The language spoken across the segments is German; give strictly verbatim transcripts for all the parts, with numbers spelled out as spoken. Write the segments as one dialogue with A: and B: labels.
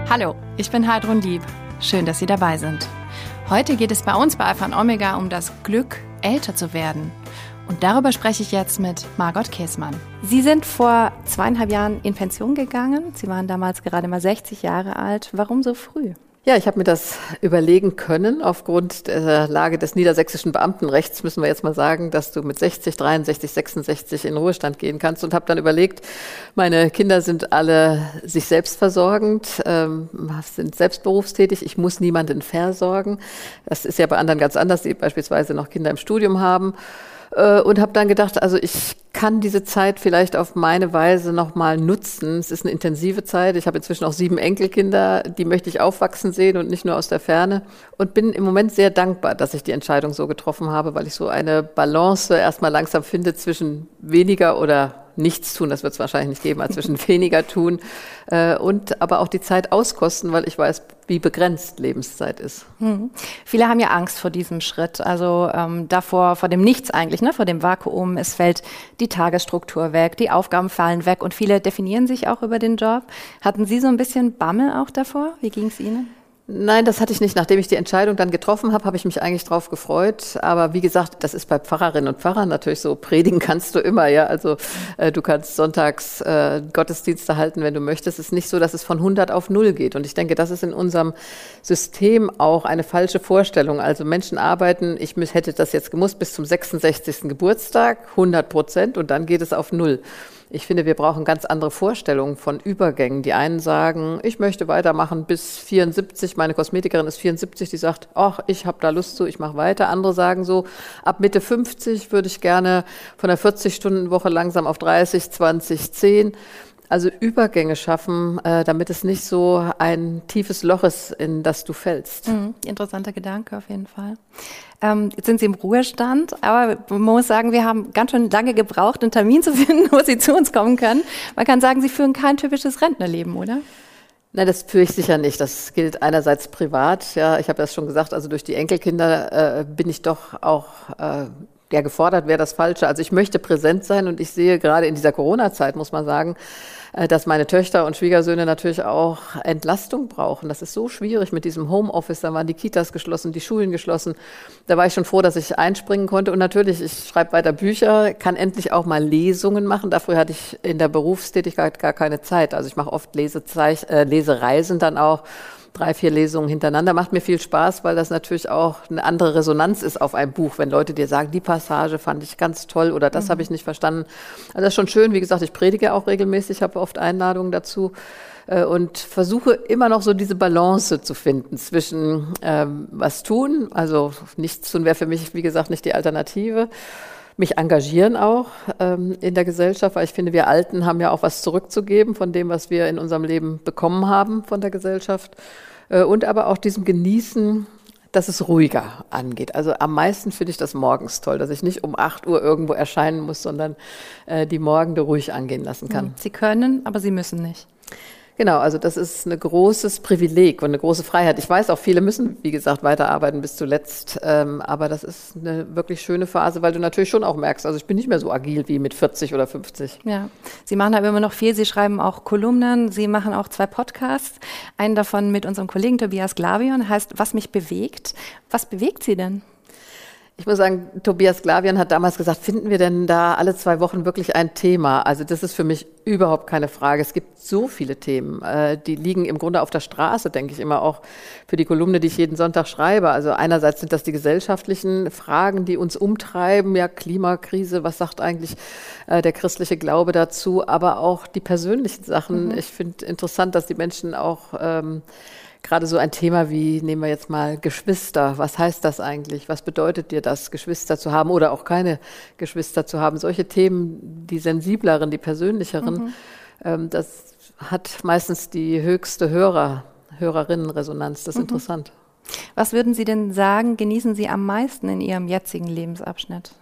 A: Hallo, ich bin Heidrun Lieb. Schön, dass Sie dabei sind. Heute geht es bei uns bei Alpha und Omega um das Glück, älter zu werden. Und darüber spreche ich jetzt mit Margot Käßmann. Sie sind vor zweieinhalb Jahren in Pension gegangen. Sie waren damals gerade mal sechzig Jahre alt. Warum so früh?
B: Ja, ich habe mir das überlegen können. Aufgrund der Lage des niedersächsischen Beamtenrechts müssen wir jetzt mal sagen, dass du mit sechzig, dreiundsechzig, sechsundsechzig in Ruhestand gehen kannst, und habe dann überlegt, meine Kinder sind alle sich selbst versorgend, ähm, sind selbst berufstätig. Ich muss niemanden versorgen. Das ist ja bei anderen ganz anders, die beispielsweise noch Kinder im Studium haben. Und habe dann gedacht, also ich kann diese Zeit vielleicht auf meine Weise nochmal nutzen. Es ist eine intensive Zeit. Ich habe inzwischen auch sieben Enkelkinder, die möchte ich aufwachsen sehen und nicht nur aus der Ferne. Und bin im Moment sehr dankbar, dass ich die Entscheidung so getroffen habe, weil ich so eine Balance erstmal langsam finde zwischen weniger oder nichts tun, das wird es wahrscheinlich nicht geben, als zwischen weniger tun äh, und aber auch die Zeit auskosten, weil ich weiß, wie begrenzt Lebenszeit ist.
A: Hm. Viele haben ja Angst vor diesem Schritt, also ähm, davor, vor dem Nichts eigentlich, ne? Vor dem Vakuum. Es fällt die Tagesstruktur weg, die Aufgaben fallen weg und viele definieren sich auch über den Job. Hatten Sie so ein bisschen Bammel auch davor? Wie ging es Ihnen?
B: Nein, das hatte ich nicht. Nachdem ich die Entscheidung dann getroffen habe, habe ich mich eigentlich drauf gefreut. Aber wie gesagt, das ist bei Pfarrerinnen und Pfarrern natürlich so. Predigen kannst du immer, ja. Also äh, du kannst sonntags äh, Gottesdienste halten, wenn du möchtest. Es ist nicht so, dass es von hundert auf null geht. Und ich denke, das ist in unserem System auch eine falsche Vorstellung. Also Menschen arbeiten, ich hätte das jetzt gemusst, bis zum sechsundsechzigsten Geburtstag, hundert Prozent, und dann geht es auf null. Ich finde, wir brauchen ganz andere Vorstellungen von Übergängen. Die einen sagen, ich möchte weitermachen bis vierundsiebzig. Meine Kosmetikerin ist vierundsiebzig, die sagt, ach, ich habe da Lust zu, ich mache weiter. Andere sagen so, ab Mitte fünfzig würde ich gerne von der vierzig-Stunden-Woche langsam auf dreißig, zwanzig, zehn. Also Übergänge schaffen, äh, damit es nicht so ein tiefes Loch ist, in das du fällst.
A: Mhm, interessanter Gedanke auf jeden Fall. Ähm, jetzt sind Sie im Ruhestand, aber man muss sagen, wir haben ganz schön lange gebraucht, einen Termin zu finden, wo Sie zu uns kommen können. Man kann sagen, Sie führen kein typisches Rentnerleben, oder?
B: Nein, das führe ich sicher nicht. Das gilt einerseits privat. Ja, ich habe das schon gesagt, also durch die Enkelkinder äh, bin ich doch auch äh, ja, gefordert wäre das Falsche. Also ich möchte präsent sein, und ich sehe gerade in dieser Corona-Zeit, muss man sagen, dass meine Töchter und Schwiegersöhne natürlich auch Entlastung brauchen. Das ist so schwierig mit diesem Homeoffice. Da waren die Kitas geschlossen, die Schulen geschlossen. Da war ich schon froh, dass ich einspringen konnte. Und natürlich, ich schreibe weiter Bücher, kann endlich auch mal Lesungen machen. Dafür hatte ich in der Berufstätigkeit gar keine Zeit. Also ich mache oft Lesezeich- äh, Lesereisen dann auch. Drei, vier Lesungen hintereinander. Macht mir viel Spaß, weil das natürlich auch eine andere Resonanz ist auf einem Buch, wenn Leute dir sagen, die Passage fand ich ganz toll oder das mhm. habe ich nicht verstanden. Also das ist schon schön. Wie gesagt, ich predige auch regelmäßig, habe oft Einladungen dazu äh, und versuche immer noch so diese Balance zu finden zwischen ähm, was tun, also nichts tun wäre für mich, wie gesagt, nicht die Alternative. Mich engagieren auch ähm, in der Gesellschaft, weil ich finde, wir Alten haben ja auch was zurückzugeben von dem, was wir in unserem Leben bekommen haben von der Gesellschaft. Äh, und aber auch diesem Genießen, dass es ruhiger angeht. Also am meisten finde ich das morgens toll, dass ich nicht um acht Uhr irgendwo erscheinen muss, sondern äh, die Morgende ruhig angehen lassen kann.
A: Sie können, aber Sie müssen nicht.
B: Genau, also das ist ein großes Privileg und eine große Freiheit. Ich weiß auch, viele müssen, wie gesagt, weiterarbeiten bis zuletzt, ähm, aber das ist eine wirklich schöne Phase, weil du natürlich schon auch merkst, also ich bin nicht mehr so agil wie mit vierzig oder fünfzig.
A: Ja, Sie machen aber immer noch viel, Sie schreiben auch Kolumnen, Sie machen auch zwei Podcasts, einen davon mit unserem Kollegen Tobias Glavion, heißt Was mich bewegt. Was bewegt Sie denn?
B: Ich muss sagen, Tobias Glavion hat damals gesagt, finden wir denn da alle zwei Wochen wirklich ein Thema? Also das ist für mich überhaupt keine Frage. Es gibt so viele Themen, äh, die liegen im Grunde auf der Straße, denke ich immer, auch für die Kolumne, die ich jeden Sonntag schreibe. Also einerseits sind das die gesellschaftlichen Fragen, die uns umtreiben, ja, Klimakrise, was sagt eigentlich äh, der christliche Glaube dazu, aber auch die persönlichen Sachen. Mhm. Ich finde interessant, dass die Menschen auch ähm, gerade so ein Thema wie, nehmen wir jetzt mal Geschwister, was heißt das eigentlich? Was bedeutet dir das, Geschwister zu haben oder auch keine Geschwister zu haben? Solche Themen, die sensibleren, die persönlicheren, mhm. ähm, das hat meistens die höchste Hörer, Hörerinnenresonanz. Das ist mhm. interessant.
A: Was würden Sie denn sagen, genießen Sie am meisten in Ihrem jetzigen Lebensabschnitt?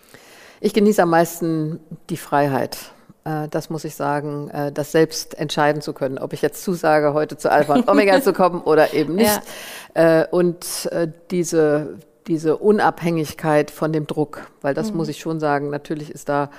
B: Ich genieße am meisten die Freiheit. Das muss ich sagen, das selbst entscheiden zu können, ob ich jetzt zusage, heute zu Alpha und Omega zu kommen oder eben nicht. Ja. Und diese, diese Unabhängigkeit von dem Druck, weil das mhm. muss ich schon sagen, natürlich ist da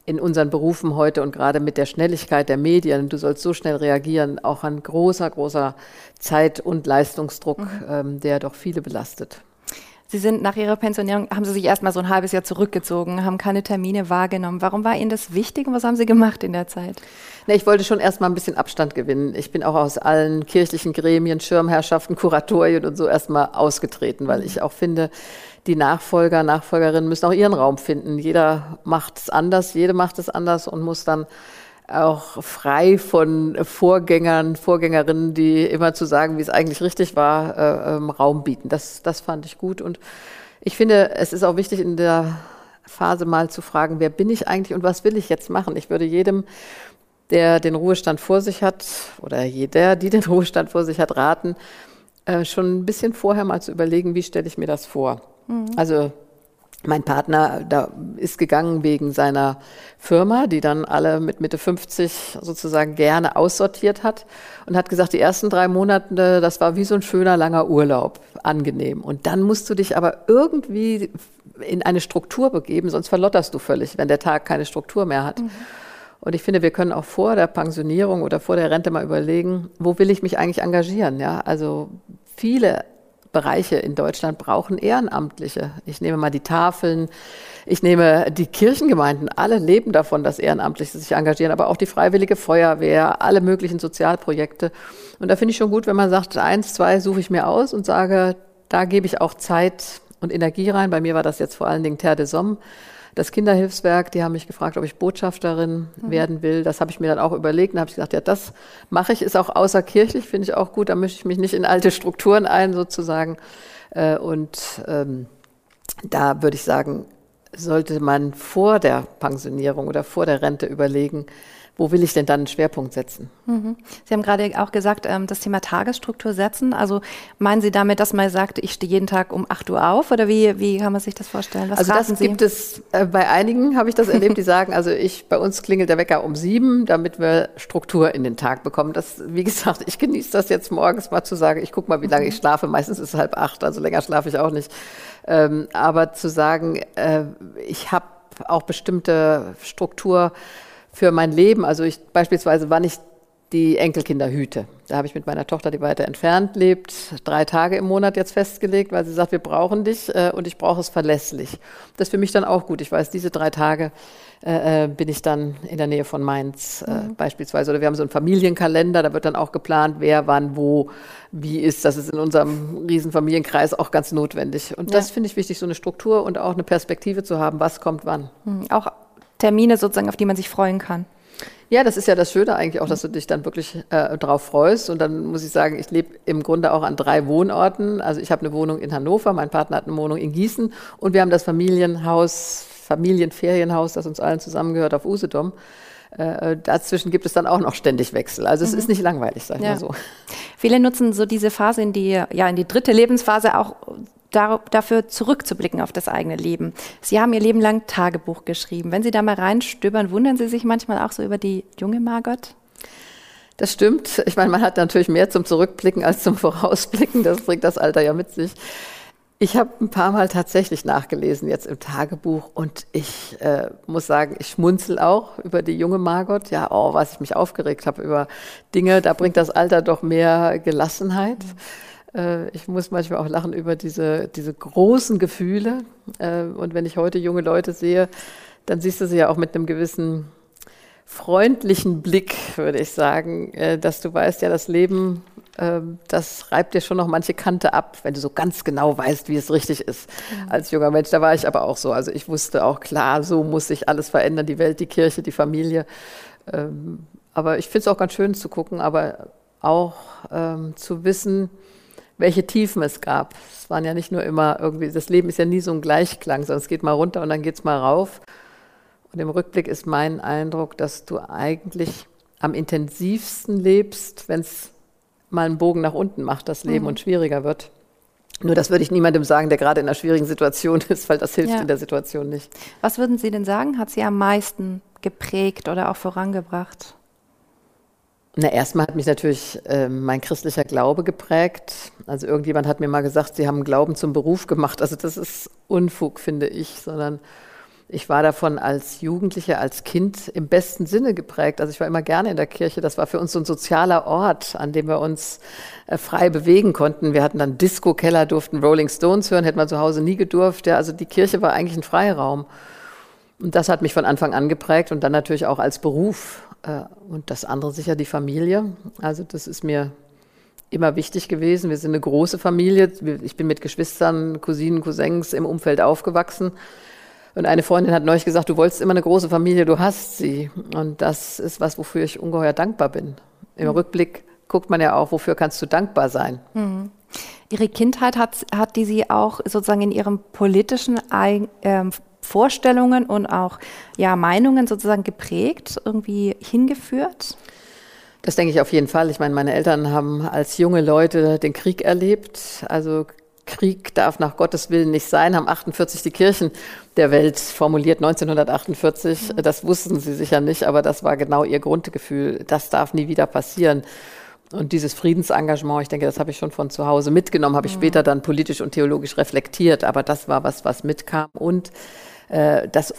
B: in unseren Berufen heute und gerade mit der Schnelligkeit der Medien, du sollst so schnell reagieren, auch ein großer, großer Zeit- und Leistungsdruck, mhm. ähm, der doch viele belastet.
A: Sie sind nach Ihrer Pensionierung, haben Sie sich erst mal so ein halbes Jahr zurückgezogen, haben keine Termine wahrgenommen. Warum war Ihnen das wichtig und was haben Sie gemacht in der Zeit?
B: Na, ich wollte schon erst mal ein bisschen Abstand gewinnen. Ich bin auch aus allen kirchlichen Gremien, Schirmherrschaften, Kuratorien und so erst mal ausgetreten, weil ich auch finde, die Nachfolger, Nachfolgerinnen müssen auch ihren Raum finden. Jeder macht es anders, jede macht es anders und muss dann auch frei von Vorgängern, Vorgängerinnen, die immer zu sagen, wie es eigentlich richtig war, äh, ähm, Raum bieten. Das, das fand ich gut. Und ich finde, es ist auch wichtig, in der Phase mal zu fragen, wer bin ich eigentlich und was will ich jetzt machen? Ich würde jedem, der den Ruhestand vor sich hat, oder jeder, die den Ruhestand vor sich hat, raten, äh, schon ein bisschen vorher mal zu überlegen, wie stelle ich mir das vor? Mhm. Also mein Partner da ist gegangen wegen seiner Firma, die dann alle mit Mitte fünfzig sozusagen gerne aussortiert hat und hat gesagt, die ersten drei Monate, das war wie so ein schöner, langer Urlaub, angenehm. Und dann musst du dich aber irgendwie in eine Struktur begeben, sonst verlotterst du völlig, wenn der Tag keine Struktur mehr hat. Mhm. Und ich finde, wir können auch vor der Pensionierung oder vor der Rente mal überlegen, wo will ich mich eigentlich engagieren? Ja, also viele Bereiche in Deutschland brauchen Ehrenamtliche. Ich nehme mal die Tafeln, ich nehme die Kirchengemeinden, alle leben davon, dass Ehrenamtliche sich engagieren, aber auch die Freiwillige Feuerwehr, alle möglichen Sozialprojekte. Und da finde ich schon gut, wenn man sagt, eins, zwei suche ich mir aus und sage, da gebe ich auch Zeit und Energie rein. Bei mir war das jetzt vor allen Dingen Terre des Hommes. Das Kinderhilfswerk, die haben mich gefragt, ob ich Botschafterin mhm. werden will. Das habe ich mir dann auch überlegt und habe ich gesagt, ja, das mache ich, ist auch außerkirchlich, finde ich auch gut. Da mische ich mich nicht in alte Strukturen ein sozusagen. Und ähm, da würde ich sagen, sollte man vor der Pensionierung oder vor der Rente überlegen, wo will ich denn dann einen Schwerpunkt setzen?
A: Mhm. Sie haben gerade auch gesagt, das Thema Tagesstruktur setzen. Also meinen Sie damit, dass man sagt, ich stehe jeden Tag um acht Uhr auf? Oder wie, wie kann man sich das vorstellen? Was
B: also das Sie? Gibt es, äh, bei einigen habe ich das erlebt, die sagen, also ich, bei uns klingelt der Wecker um sieben, damit wir Struktur in den Tag bekommen. Das, wie gesagt, ich genieße das jetzt morgens mal zu sagen, ich gucke mal, wie lange ich schlafe. Meistens ist es halb acht, also länger schlafe ich auch nicht. Ähm, aber zu sagen, äh, ich habe auch bestimmte Struktur für mein Leben, also ich beispielsweise, wann ich die Enkelkinder hüte. Da habe ich mit meiner Tochter, die weiter entfernt lebt, drei Tage im Monat jetzt festgelegt, weil sie sagt, wir brauchen dich äh, und ich brauche es verlässlich. Das ist für mich dann auch gut. Ich weiß, diese drei Tage äh, bin ich dann in der Nähe von Mainz äh, mhm. beispielsweise. Oder wir haben so einen Familienkalender, da wird dann auch geplant, wer, wann, wo, wie ist. Das ist in unserem riesen Familienkreis auch ganz notwendig. Und das ja. finde ich wichtig, so eine Struktur und auch eine Perspektive zu haben, was kommt wann.
A: Mhm. Auch Termine sozusagen, auf die man sich freuen kann.
B: Ja, das ist ja das Schöne eigentlich auch, dass du dich dann wirklich äh, drauf freust. Und dann muss ich sagen, ich lebe im Grunde auch an drei Wohnorten. Also ich habe eine Wohnung in Hannover, mein Partner hat eine Wohnung in Gießen und wir haben das Familienhaus, Familienferienhaus, das uns allen zusammengehört, auf Usedom. Äh, dazwischen gibt es dann auch noch ständig Wechsel. Also es mhm. ist nicht langweilig, sag ich ja. mal so.
A: Viele nutzen so diese Phase in die, ja, in die dritte Lebensphase auch dafür zurückzublicken auf das eigene Leben. Sie haben Ihr Leben lang Tagebuch geschrieben. Wenn Sie da mal reinstöbern, wundern Sie sich manchmal auch so über die junge Margot?
B: Das stimmt. Ich meine, man hat natürlich mehr zum Zurückblicken als zum Vorausblicken. Das bringt das Alter ja mit sich. Ich habe ein paar Mal tatsächlich nachgelesen jetzt im Tagebuch und ich äh, muss sagen, ich schmunzel auch über die junge Margot. Ja, oh, was ich mich aufgeregt habe über Dinge, da bringt das Alter doch mehr Gelassenheit. Äh, ich muss manchmal auch lachen über diese, diese großen Gefühle. Äh, und wenn ich heute junge Leute sehe, dann siehst du sie ja auch mit einem gewissen freundlichen Blick, würde ich sagen, äh, dass du weißt, ja, das Leben, äh, das reibt dir schon noch manche Kante ab, wenn du so ganz genau weißt, wie es richtig ist. Mhm. Als junger Mensch, da war ich aber auch so. Also ich wusste auch klar, so muss sich alles verändern, die Welt, die Kirche, die Familie. Ähm, aber ich finde es auch ganz schön zu gucken, aber auch ähm, zu wissen, welche Tiefen es gab. Es waren ja nicht nur immer irgendwie, das Leben ist ja nie so ein Gleichklang, sondern es geht mal runter und dann geht es mal rauf. Und im Rückblick ist mein Eindruck, dass du eigentlich am intensivsten lebst, wenn es mal einen Bogen nach unten macht, das Leben, mhm. und schwieriger wird. Nur das würde ich niemandem sagen, der gerade in einer schwierigen Situation ist, weil das hilft ja. in der Situation nicht.
A: Was würden Sie denn sagen, hat Sie am meisten geprägt oder auch vorangebracht?
B: Na, erstmal hat mich natürlich äh, mein christlicher Glaube geprägt. Also irgendjemand hat mir mal gesagt, Sie haben Glauben zum Beruf gemacht. Also das ist Unfug, finde ich, sondern Ich war davon als Jugendliche, als Kind im besten Sinne geprägt. Also ich war immer gerne in der Kirche. Das war für uns so ein sozialer Ort, an dem wir uns äh, frei bewegen konnten. Wir hatten dann Disco-Keller, durften Rolling Stones hören, hätte man zu Hause nie gedurft. Ja, also die Kirche war eigentlich ein Freiraum. Und das hat mich von Anfang an geprägt und dann natürlich auch als Beruf. Äh, und das andere sicher die Familie. Also das ist mir immer wichtig gewesen. Wir sind eine große Familie. Ich bin mit Geschwistern, Cousinen, Cousins im Umfeld aufgewachsen. Und eine Freundin hat neulich gesagt, du wolltest immer eine große Familie, du hast sie. Und das ist was, wofür ich ungeheuer dankbar bin. Im mhm. Rückblick guckt man ja auch, wofür kannst du dankbar sein.
A: Mhm. Ihre Kindheit hat, hat die Sie auch sozusagen in Ihren politischen äh, Vorstellungen und auch ja, Meinungen sozusagen geprägt, irgendwie hingeführt?
B: Das denke ich auf jeden Fall. Ich meine, meine Eltern haben als junge Leute den Krieg erlebt. Also Krieg darf nach Gottes Willen nicht sein, haben achtundvierzig die Kirchen der Welt formuliert, neunzehnhundertachtundvierzig. Mhm. Das wussten sie sicher nicht, aber das war genau ihr Grundgefühl. Das darf nie wieder passieren. Und dieses Friedensengagement, ich denke, das habe ich schon von zu Hause mitgenommen, habe ich mhm. später dann politisch und theologisch reflektiert. Aber das war was, was mitkam. Und äh, das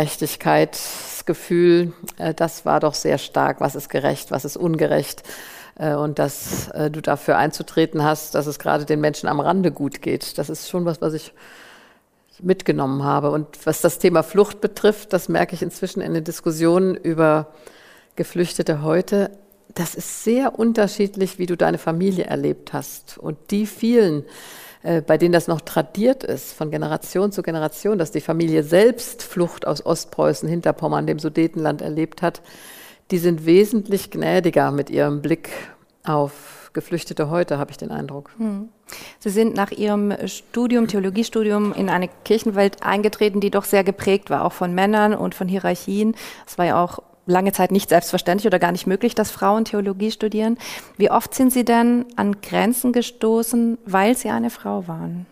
B: Ungerechtigkeitsgefühl, äh, das war doch sehr stark. Was ist gerecht, was ist ungerecht? Und dass äh, du dafür einzutreten hast, dass es gerade den Menschen am Rande gut geht. Das ist schon was, was ich mitgenommen habe. Und was das Thema Flucht betrifft, das merke ich inzwischen in den Diskussionen über Geflüchtete heute. Das ist sehr unterschiedlich, wie du deine Familie erlebt hast. Und die vielen, äh, bei denen das noch tradiert ist, von Generation zu Generation, dass die Familie selbst Flucht aus Ostpreußen, Hinterpommern, dem Sudetenland erlebt hat, die sind wesentlich gnädiger mit ihrem Blick auf Geflüchtete heute, habe ich den Eindruck.
A: Hm. Sie sind nach Ihrem Studium, Theologiestudium, in eine Kirchenwelt eingetreten, die doch sehr geprägt war, auch von Männern und von Hierarchien. Es war ja auch lange Zeit nicht selbstverständlich oder gar nicht möglich, dass Frauen Theologie studieren. Wie oft sind Sie denn an Grenzen gestoßen, weil Sie eine Frau waren?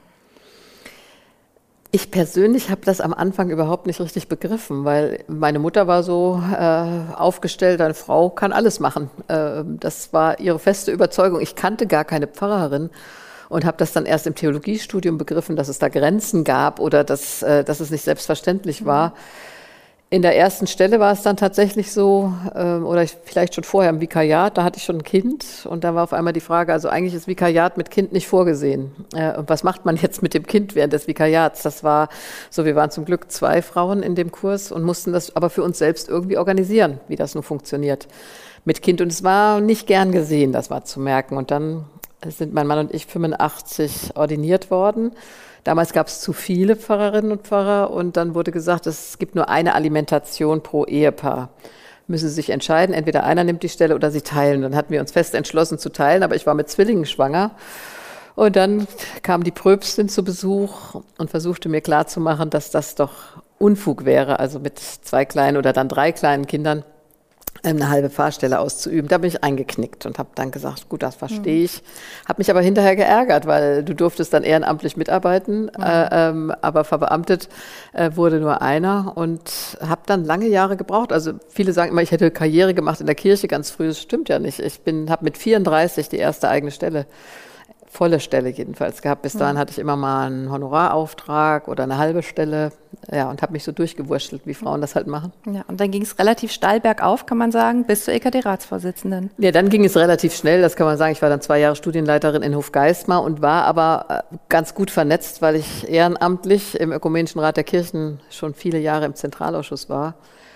B: Ich persönlich habe das am Anfang überhaupt nicht richtig begriffen, weil meine Mutter war so äh, aufgestellt, eine Frau kann alles machen. Äh, das war ihre feste Überzeugung. Ich kannte gar keine Pfarrerin und habe das dann erst im Theologiestudium begriffen, dass es da Grenzen gab oder dass, äh, dass es nicht selbstverständlich war. Mhm. In der ersten Stelle war es dann tatsächlich so, äh, oder ich, vielleicht schon vorher im Vikariat, da hatte ich schon ein Kind und da war auf einmal die Frage, also eigentlich ist Vikariat mit Kind nicht vorgesehen. Äh, und was macht man jetzt mit dem Kind während des Vikariats? Das war so, wir waren zum Glück zwei Frauen in dem Kurs und mussten das aber für uns selbst irgendwie organisieren, wie das nun funktioniert mit Kind. Und es war nicht gern gesehen, das war zu merken. Und dann sind mein Mann und ich fünfundachtzig ordiniert worden. Damals gab es zu viele Pfarrerinnen und Pfarrer und dann wurde gesagt, es gibt nur eine Alimentation pro Ehepaar. Müssen Sie sich entscheiden, entweder einer nimmt die Stelle oder Sie teilen. Dann hatten wir uns fest entschlossen zu teilen, aber ich war mit Zwillingen schwanger. Und dann kam die Pröpstin zu Besuch und versuchte mir klarzumachen, dass das doch Unfug wäre, also mit zwei kleinen oder dann drei kleinen Kindern eine halbe Fahrstelle auszuüben. Da bin ich eingeknickt und habe dann gesagt, gut, das verstehe ich. Habe mich aber hinterher geärgert, weil du durftest dann ehrenamtlich mitarbeiten, mhm. äh, ähm, aber verbeamtet äh, wurde nur einer und habe dann lange Jahre gebraucht. Also viele sagen immer, ich hätte Karriere gemacht in der Kirche ganz früh. Das stimmt ja nicht. Ich bin, habe mit vierunddreißig die erste eigene Stelle, volle Stelle jedenfalls gehabt. Bis dahin hatte ich immer mal einen Honorarauftrag oder eine halbe Stelle, ja, und habe mich so durchgewurschtelt, wie Frauen das halt machen.
A: Ja, und dann ging es relativ steil bergauf, kann man sagen, bis zur E K D-Ratsvorsitzenden.
B: Ja, dann ging es relativ schnell, das kann man sagen. Ich war dann zwei Jahre Studienleiterin in Hofgeismar und war aber ganz gut vernetzt, weil ich ehrenamtlich im Ökumenischen Rat der Kirchen schon viele Jahre im Zentralausschuss war.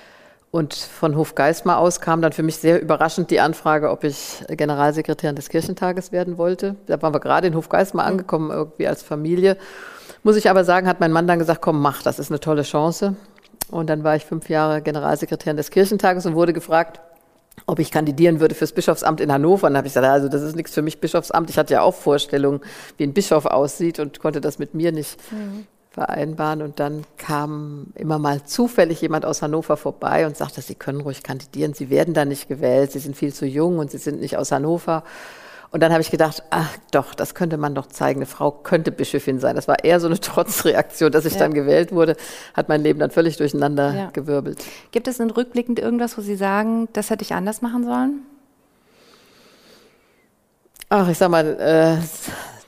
B: Und von Hofgeismar aus kam dann für mich sehr überraschend die Anfrage, ob ich Generalsekretärin des Kirchentages werden wollte. Da waren wir gerade in Hofgeismar angekommen, irgendwie als Familie. Muss ich aber sagen, hat mein Mann dann gesagt, komm, mach, das ist eine tolle Chance. Und dann war ich fünf Jahre Generalsekretärin des Kirchentages und wurde gefragt, ob ich kandidieren würde fürs Bischofsamt in Hannover. Und dann habe ich gesagt, also das ist nichts für mich, Bischofsamt. Ich hatte ja auch Vorstellungen, wie ein Bischof aussieht und konnte das mit mir nicht mhm. vereinbaren. Und dann kam immer mal zufällig jemand aus Hannover vorbei und sagte, Sie können ruhig kandidieren, Sie werden da nicht gewählt, Sie sind viel zu jung und Sie sind nicht aus Hannover. Und dann habe ich gedacht, ach doch, das könnte man doch zeigen, eine Frau könnte Bischöfin sein. Das war eher so eine Trotzreaktion, dass ich ja. dann gewählt wurde, hat mein Leben dann völlig durcheinander ja. gewirbelt.
A: Gibt es denn rückblickend irgendwas, wo Sie sagen, das hätte ich anders machen sollen?
B: Ach, ich sag mal, äh,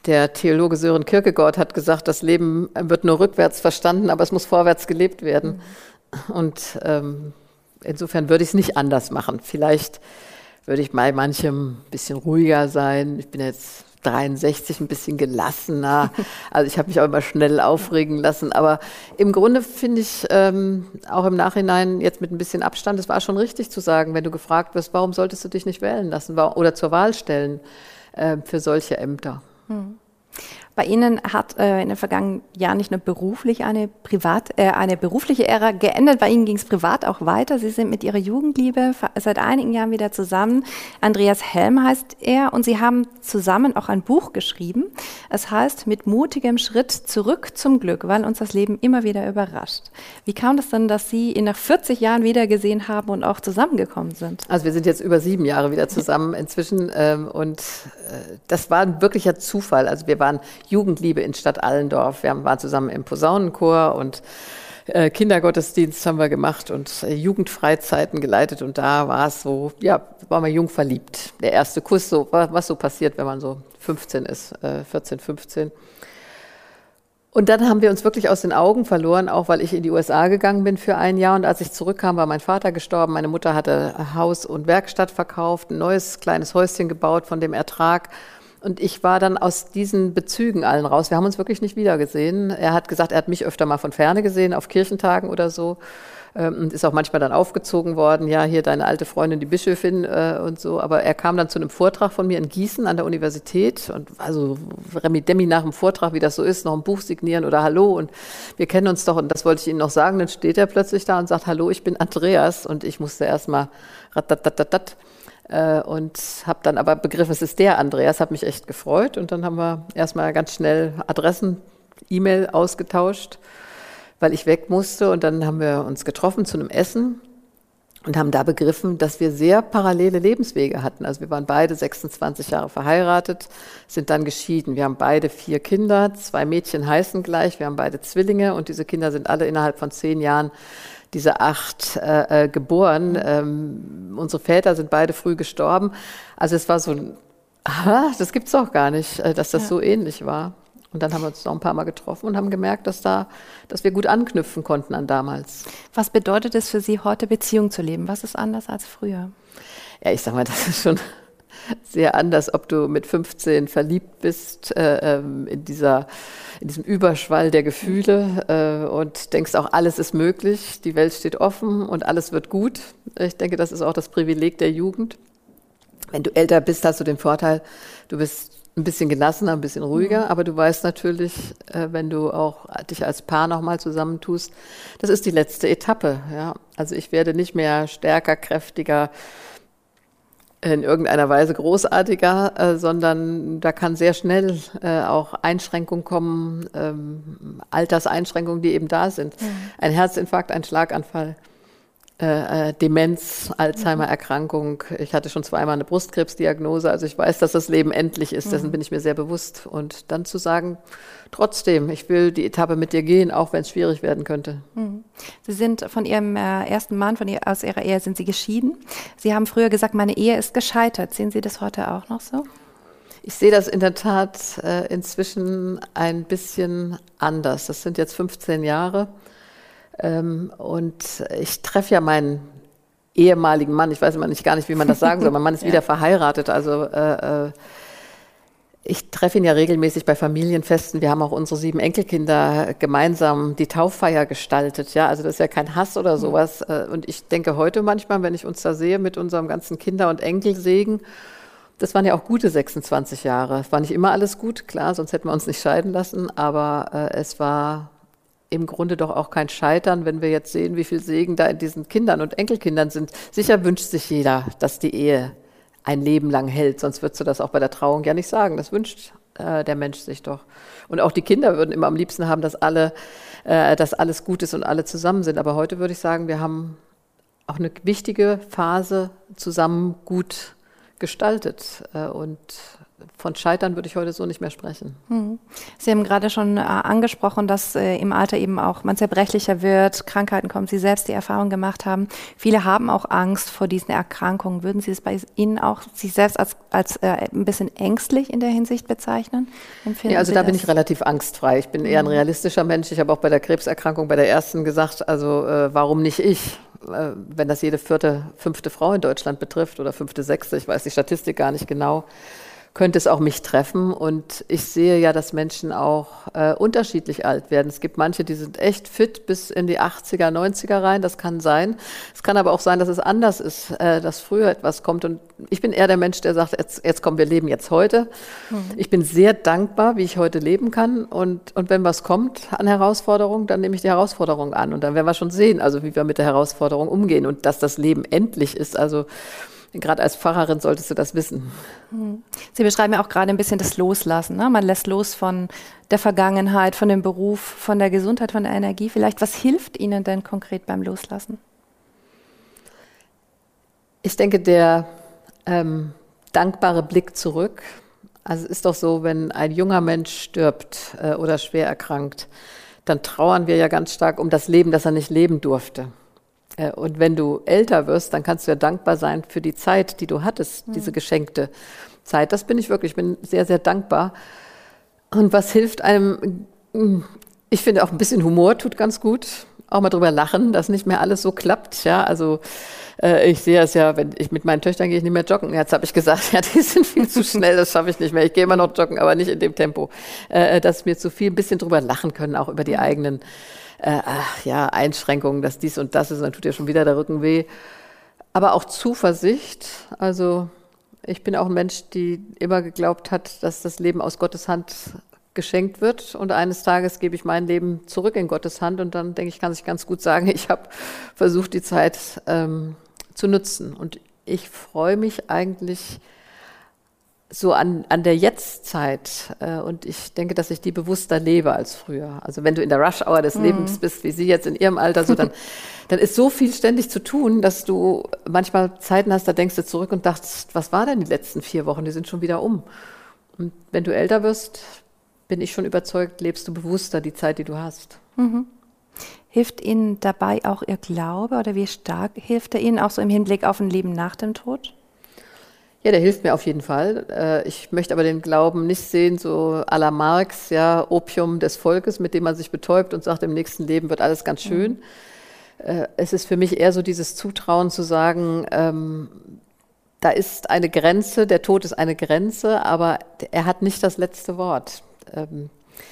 B: Der Theologe Sören Kierkegaard hat gesagt, das Leben wird nur rückwärts verstanden, aber es muss vorwärts gelebt werden. Mhm. Und ähm, insofern würde ich es nicht anders machen. Vielleicht würde ich bei manchem ein bisschen ruhiger sein. Ich bin jetzt dreiundsechzig, ein bisschen gelassener. Also ich habe mich auch immer schnell aufregen lassen. Aber im Grunde finde ich ähm, auch im Nachhinein jetzt mit ein bisschen Abstand, es war schon richtig zu sagen, wenn du gefragt wirst, warum solltest du dich nicht wählen lassen oder zur Wahl stellen äh, für solche Ämter. Hm.
A: Bei Ihnen hat äh, in den vergangenen Jahren nicht nur beruflich eine, privat, äh, eine berufliche Ära geendet, bei Ihnen ging es privat auch weiter. Sie sind mit Ihrer Jugendliebe seit einigen Jahren wieder zusammen. Andreas Helm heißt er und Sie haben zusammen auch ein Buch geschrieben. Es heißt Mit mutigem Schritt zurück zum Glück, weil uns das Leben immer wieder überrascht. Wie kam das denn, dass Sie ihn nach vierzig Jahren wiedergesehen haben und auch zusammengekommen sind?
B: Also wir sind jetzt über sieben Jahre wieder zusammen inzwischen ähm, und äh, das war ein wirklicher Zufall. Also wir waren Jugendliebe in Stadt Allendorf. Wir waren zusammen im Posaunenchor und äh, Kindergottesdienst haben wir gemacht und äh, Jugendfreizeiten geleitet und da war es so, ja, waren wir jung verliebt. Der erste Kuss, so was so passiert, wenn man so fünfzehn ist, äh, vierzehn, fünfzehn. Und dann haben wir uns wirklich aus den Augen verloren, auch weil ich in die U S A gegangen bin für ein Jahr und als ich zurückkam, war mein Vater gestorben, meine Mutter hatte Haus und Werkstatt verkauft, ein neues kleines Häuschen gebaut von dem Ertrag. Und ich war dann aus diesen Bezügen allen raus. Wir haben uns wirklich nicht wiedergesehen. Er hat gesagt, er hat mich öfter mal von Ferne gesehen, auf Kirchentagen oder so. Und ist auch manchmal dann aufgezogen worden, ja, hier deine alte Freundin, die Bischöfin äh, und so. Aber er kam dann zu einem Vortrag von mir in Gießen an der Universität und also Remi-Demi nach dem Vortrag, wie das so ist, noch ein Buch signieren oder Hallo und wir kennen uns doch und das wollte ich Ihnen noch sagen. Dann steht er plötzlich da und sagt, Hallo, ich bin Andreas und ich musste erst mal ratatatatat und habe dann aber begriffen, es ist der Andreas, habe mich echt gefreut und dann haben wir erstmal ganz schnell Adressen, E-Mail ausgetauscht, weil ich weg musste und dann haben wir uns getroffen zu einem Essen und haben da begriffen, dass wir sehr parallele Lebenswege hatten. Also wir waren beide sechsundzwanzig Jahre verheiratet, sind dann geschieden. Wir haben beide vier Kinder, zwei Mädchen heißen gleich, wir haben beide Zwillinge und diese Kinder sind alle innerhalb von zehn Jahren diese acht äh, geboren. Ähm, unsere Väter sind beide früh gestorben. Also es war so ein, aha, das gibt's doch gar nicht, äh, dass das ja so ähnlich war. Und dann haben wir uns noch ein paar Mal getroffen und haben gemerkt, dass da, dass wir gut anknüpfen konnten an damals.
A: Was bedeutet es für Sie, heute Beziehung zu leben? Was ist anders als früher?
B: Ja, ich sag mal, das ist schon sehr anders, ob du mit fünfzehn verliebt bist äh, in dieser in diesem Überschwall der Gefühle äh, und denkst auch, alles ist möglich, die Welt steht offen und alles wird gut. Ich denke, das ist auch das Privileg der Jugend. Wenn du älter bist, hast du den Vorteil, du bist ein bisschen gelassener, ein bisschen ruhiger, mhm. aber du weißt natürlich, äh, wenn du auch dich als Paar nochmal zusammentust, das ist die letzte Etappe. Ja? Also ich werde nicht mehr stärker, kräftiger, in irgendeiner Weise großartiger, äh, sondern da kann sehr schnell äh, auch Einschränkungen kommen, ähm, Alterseinschränkungen, die eben da sind. Mhm. Ein Herzinfarkt, ein Schlaganfall, äh, äh, Demenz, Alzheimer-Erkrankung. Ich hatte schon zweimal eine Brustkrebsdiagnose, also ich weiß, dass das Leben endlich ist, dessen mhm. bin ich mir sehr bewusst. Und dann zu sagen, trotzdem, ich will die Etappe mit dir gehen, auch wenn es schwierig werden könnte. Mhm.
A: Sie sind von Ihrem äh, ersten Mann, von ihr, aus Ihrer Ehe sind Sie geschieden. Sie haben früher gesagt, meine Ehe ist gescheitert. Sehen Sie das heute auch noch so?
B: Ich sehe das in der Tat äh, inzwischen ein bisschen anders. Das sind jetzt fünfzehn Jahre. Ähm, und ich treffe ja meinen ehemaligen Mann. Ich weiß immer nicht gar nicht, wie man das sagen soll. Mein Mann ist ja. wieder verheiratet. Also äh, äh, ich treffe ihn ja regelmäßig bei Familienfesten. Wir haben auch unsere sieben Enkelkinder gemeinsam die Tauffeier gestaltet. Ja, also das ist ja kein Hass oder sowas. Und ich denke heute manchmal, wenn ich uns da sehe mit unserem ganzen Kinder- und Enkelsegen, das waren ja auch gute sechsundzwanzig Jahre. Es war nicht immer alles gut, klar, sonst hätten wir uns nicht scheiden lassen. Aber äh, es war im Grunde doch auch kein Scheitern, wenn wir jetzt sehen, wie viel Segen da in diesen Kindern und Enkelkindern sind. Sicher wünscht sich jeder, dass die Ehe ein Leben lang hält, sonst würdest du das auch bei der Trauung ja nicht sagen. Das wünscht äh, der Mensch sich doch. Und auch die Kinder würden immer am liebsten haben, dass alle, äh, dass alles gut ist und alle zusammen sind. Aber heute würde ich sagen, wir haben auch eine wichtige Phase zusammen gut gestaltet. Und von Scheitern würde ich heute so nicht mehr sprechen.
A: Hm. Sie haben gerade schon äh, angesprochen, dass äh, im Alter eben auch man zerbrechlicher wird, Krankheiten kommen, Sie selbst die Erfahrung gemacht haben. Viele haben auch Angst vor diesen Erkrankungen. Würden Sie es bei Ihnen auch sich selbst als, als äh, ein bisschen ängstlich in der Hinsicht bezeichnen? Empfinden
B: ja, also
A: Sie
B: da
A: das?
B: bin ich relativ angstfrei. Ich bin eher ein realistischer Mensch. Ich habe auch bei der Krebserkrankung, bei der ersten gesagt, also äh, warum nicht ich? Äh, wenn das jede vierte, fünfte Frau in Deutschland betrifft oder fünfte, sechste, ich weiß die Statistik gar nicht genau, könnte es auch mich treffen. Und ich sehe ja, dass Menschen auch äh, unterschiedlich alt werden. Es gibt manche, die sind echt fit bis in die achtziger, neunziger rein. Das kann sein. Es kann aber auch sein, dass es anders ist, äh, dass früher etwas kommt. Und ich bin eher der Mensch, der sagt, jetzt, jetzt kommen wir leben jetzt heute. Mhm. Ich bin sehr dankbar, wie ich heute leben kann. Und, und wenn was kommt an Herausforderungen, dann nehme ich die Herausforderung an. Und dann werden wir schon sehen, also wie wir mit der Herausforderung umgehen und dass das Leben endlich ist. Also gerade als Pfarrerin solltest du das wissen.
A: Sie beschreiben ja auch gerade ein bisschen das Loslassen. Ne? Man lässt los von der Vergangenheit, von dem Beruf, von der Gesundheit, von der Energie. Vielleicht, was hilft Ihnen denn konkret beim Loslassen?
B: Ich denke, der ähm, dankbare Blick zurück. Also es ist doch so, wenn ein junger Mensch stirbt äh, oder schwer erkrankt, dann trauern wir ja ganz stark um das Leben, das er nicht leben durfte. Und wenn du älter wirst, dann kannst du ja dankbar sein für die Zeit, die du hattest, mhm. diese geschenkte Zeit. Das bin ich wirklich, ich bin sehr, sehr dankbar. Und was hilft einem? Ich finde auch ein bisschen Humor tut ganz gut. Auch mal drüber lachen, dass nicht mehr alles so klappt. Ja, also äh, ich sehe es ja, wenn ich mit meinen Töchtern gehe ich nicht mehr joggen. Jetzt habe ich gesagt, ja, die sind viel zu schnell, das schaffe ich nicht mehr. Ich gehe immer noch joggen, aber nicht in dem Tempo. Äh, dass mir zu viel, ein bisschen drüber lachen können, auch über die mhm. eigenen Äh, ach, ja, Einschränkungen, dass dies und das ist, dann tut ja schon wieder der Rücken weh. Aber auch Zuversicht. Also ich bin auch ein Mensch, die immer geglaubt hat, dass das Leben aus Gottes Hand geschenkt wird. Und eines Tages gebe ich mein Leben zurück in Gottes Hand. Und dann denke ich, kann ich ganz gut sagen, ich habe versucht, die Zeit ähm, zu nutzen. Und ich freue mich eigentlich so an, an der Jetztzeit. Äh, und ich denke, dass ich die bewusster lebe als früher. Also wenn du in der Rush-Hour des mhm. Lebens bist, wie Sie jetzt in Ihrem Alter, so dann, dann ist so viel ständig zu tun, dass du manchmal Zeiten hast, da denkst du zurück und dachtest, was war denn die letzten vier Wochen? Die sind schon wieder um. Und wenn du älter wirst, bin ich schon überzeugt, lebst du bewusster die Zeit, die du hast.
A: Mhm. Hilft Ihnen dabei auch Ihr Glaube oder wie stark hilft er Ihnen auch so im Hinblick auf ein Leben nach dem Tod?
B: Ja, der hilft mir auf jeden Fall. Ich möchte aber den Glauben nicht sehen, so à la Marx, ja, Opium des Volkes, mit dem man sich betäubt und sagt, im nächsten Leben wird alles ganz schön. Mhm. Es ist für mich eher so dieses Zutrauen zu sagen, ähm, da ist eine Grenze, der Tod ist eine Grenze, aber er hat nicht das letzte Wort. Ähm,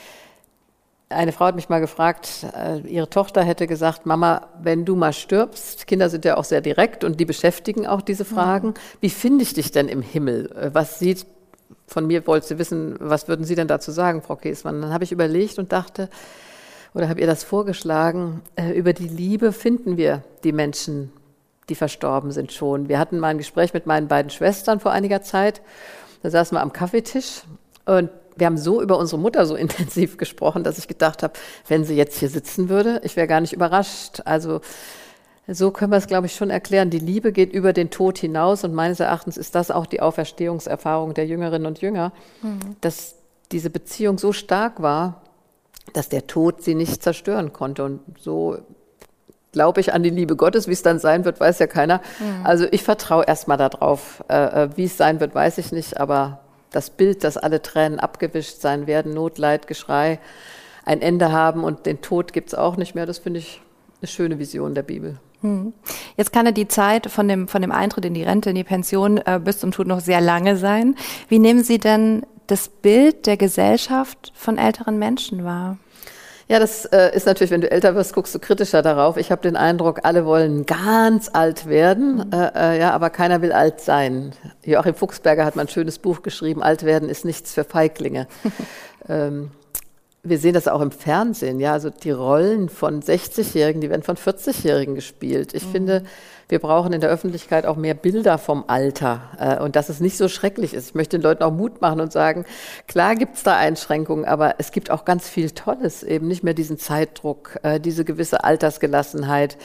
B: Eine Frau hat mich mal gefragt, äh, ihre Tochter hätte gesagt, Mama, wenn du mal stirbst, Kinder sind ja auch sehr direkt und die beschäftigen auch diese Fragen, mhm. wie finde ich dich denn im Himmel? Was sieht, von mir wollte sie wissen, was würden Sie denn dazu sagen, Frau Käßmann? Dann habe ich überlegt und dachte, oder habe ihr das vorgeschlagen, äh, über die Liebe finden wir die Menschen, die verstorben sind schon. Wir hatten mal ein Gespräch mit meinen beiden Schwestern vor einiger Zeit, da saßen wir am Kaffeetisch und wir haben so über unsere Mutter so intensiv gesprochen, dass ich gedacht habe, wenn sie jetzt hier sitzen würde, ich wäre gar nicht überrascht. Also so können wir es, glaube ich, schon erklären. Die Liebe geht über den Tod hinaus und meines Erachtens ist das auch die Auferstehungserfahrung der Jüngerinnen und Jünger, mhm. dass diese Beziehung so stark war, dass der Tod sie nicht zerstören konnte. Und so glaube ich an die Liebe Gottes. Wie es dann sein wird, weiß ja keiner. Mhm. Also ich vertraue erstmal darauf. Äh, wie es sein wird, weiß ich nicht, aber das Bild, dass alle Tränen abgewischt sein werden, Not, Leid, Geschrei, ein Ende haben und den Tod gibt es auch nicht mehr, das finde ich eine schöne Vision der Bibel.
A: Hm. Jetzt kann ja die Zeit von dem, von dem Eintritt in die Rente, in die Pension äh, bis zum Tod noch sehr lange sein. Wie nehmen Sie denn das Bild der Gesellschaft von älteren Menschen wahr?
B: Ja, das äh, ist natürlich, wenn du älter wirst, guckst du kritischer darauf. Ich habe den Eindruck, alle wollen ganz alt werden, mhm. äh, ja, aber keiner will alt sein. Joachim Fuchsberger hat mal ein schönes Buch geschrieben, alt werden ist nichts für Feiglinge. ähm, wir sehen das auch im Fernsehen, ja, also die Rollen von sechzigjährigen, die werden von vierzigjährigen gespielt. Ich mhm. finde, wir brauchen in der Öffentlichkeit auch mehr Bilder vom Alter äh, und dass es nicht so schrecklich ist. Ich möchte den Leuten auch Mut machen und sagen, klar gibt es da Einschränkungen, aber es gibt auch ganz viel Tolles, eben nicht mehr diesen Zeitdruck, äh, diese gewisse Altersgelassenheit,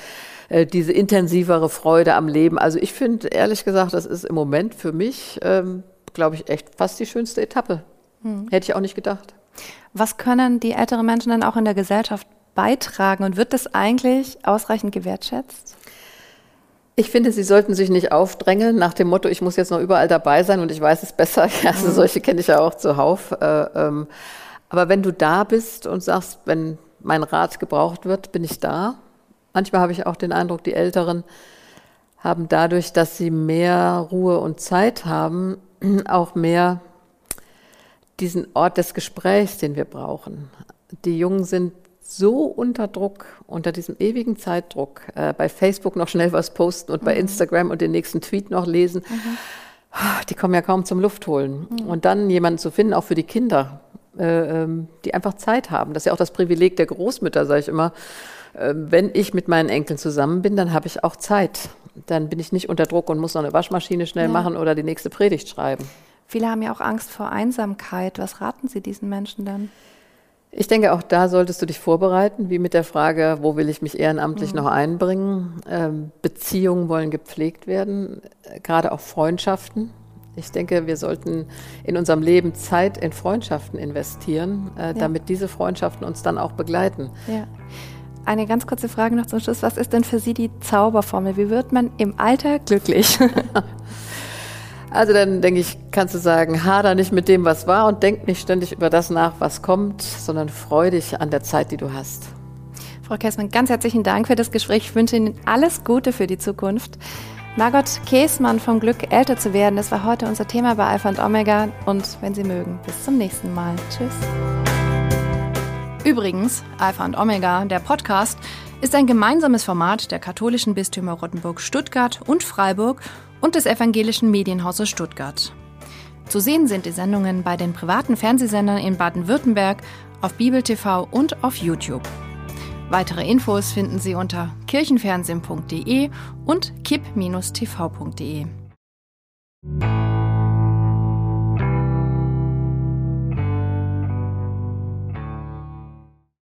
B: äh, diese intensivere Freude am Leben. Also ich finde, ehrlich gesagt, das ist im Moment für mich, ähm, glaube ich, echt fast die schönste Etappe. Hm. Hätte ich auch nicht gedacht.
A: Was können die älteren Menschen dann auch in der Gesellschaft beitragen und wird das eigentlich ausreichend gewertschätzt?
B: Ich finde, sie sollten sich nicht aufdrängeln nach dem Motto, ich muss jetzt noch überall dabei sein und ich weiß es besser. Also mhm. solche kenne ich ja auch zuhauf. Äh, ähm, aber wenn du da bist und sagst, wenn mein Rat gebraucht wird, bin ich da. Manchmal habe ich auch den Eindruck, die Älteren haben dadurch, dass sie mehr Ruhe und Zeit haben, auch mehr diesen Ort des Gesprächs, den wir brauchen. Die Jungen sind so unter Druck, unter diesem ewigen Zeitdruck, äh, bei Facebook noch schnell was posten und mhm. bei Instagram und den nächsten Tweet noch lesen. Mhm. Die kommen ja kaum zum Luftholen. Mhm. Und dann jemanden zu finden, auch für die Kinder, äh, die einfach Zeit haben. Das ist ja auch das Privileg der Großmütter, sage ich immer. Äh, wenn ich mit meinen Enkeln zusammen bin, dann habe ich auch Zeit. Dann bin ich nicht unter Druck und muss noch eine Waschmaschine schnell ja. machen oder die nächste Predigt schreiben.
A: Viele haben ja auch Angst vor Einsamkeit. Was raten Sie diesen Menschen dann?
B: Ich denke, auch da solltest du dich vorbereiten, wie mit der Frage, wo will ich mich ehrenamtlich mhm. noch einbringen. Ähm, Beziehungen wollen gepflegt werden, gerade auch Freundschaften. Ich denke, wir sollten in unserem Leben Zeit in Freundschaften investieren, äh, ja. damit diese Freundschaften uns dann auch begleiten.
A: Ja. Eine ganz kurze Frage noch zum Schluss. Was ist denn für Sie die Zauberformel? Wie wird man im Alter glücklich?
B: Also dann denke ich, kannst du sagen, hader nicht mit dem, was war und denk nicht ständig über das nach, was kommt, sondern freu dich an der Zeit, die du hast.
A: Frau Käßmann, ganz herzlichen Dank für das Gespräch. Ich wünsche Ihnen alles Gute für die Zukunft. Margot Käßmann vom Glück, älter zu werden, das war heute unser Thema bei Alpha und Omega. Und wenn Sie mögen, bis zum nächsten Mal. Tschüss. Übrigens, Alpha und Omega, der Podcast, ist ein gemeinsames Format der katholischen Bistümer Rottenburg, Stuttgart und Freiburg und des evangelischen Medienhauses Stuttgart. Zu sehen sind die Sendungen bei den privaten Fernsehsendern in Baden-Württemberg, auf Bibel T V und auf YouTube. Weitere Infos finden Sie unter kirchenfernsehen punkt de und kipp Bindestrich t v punkt de.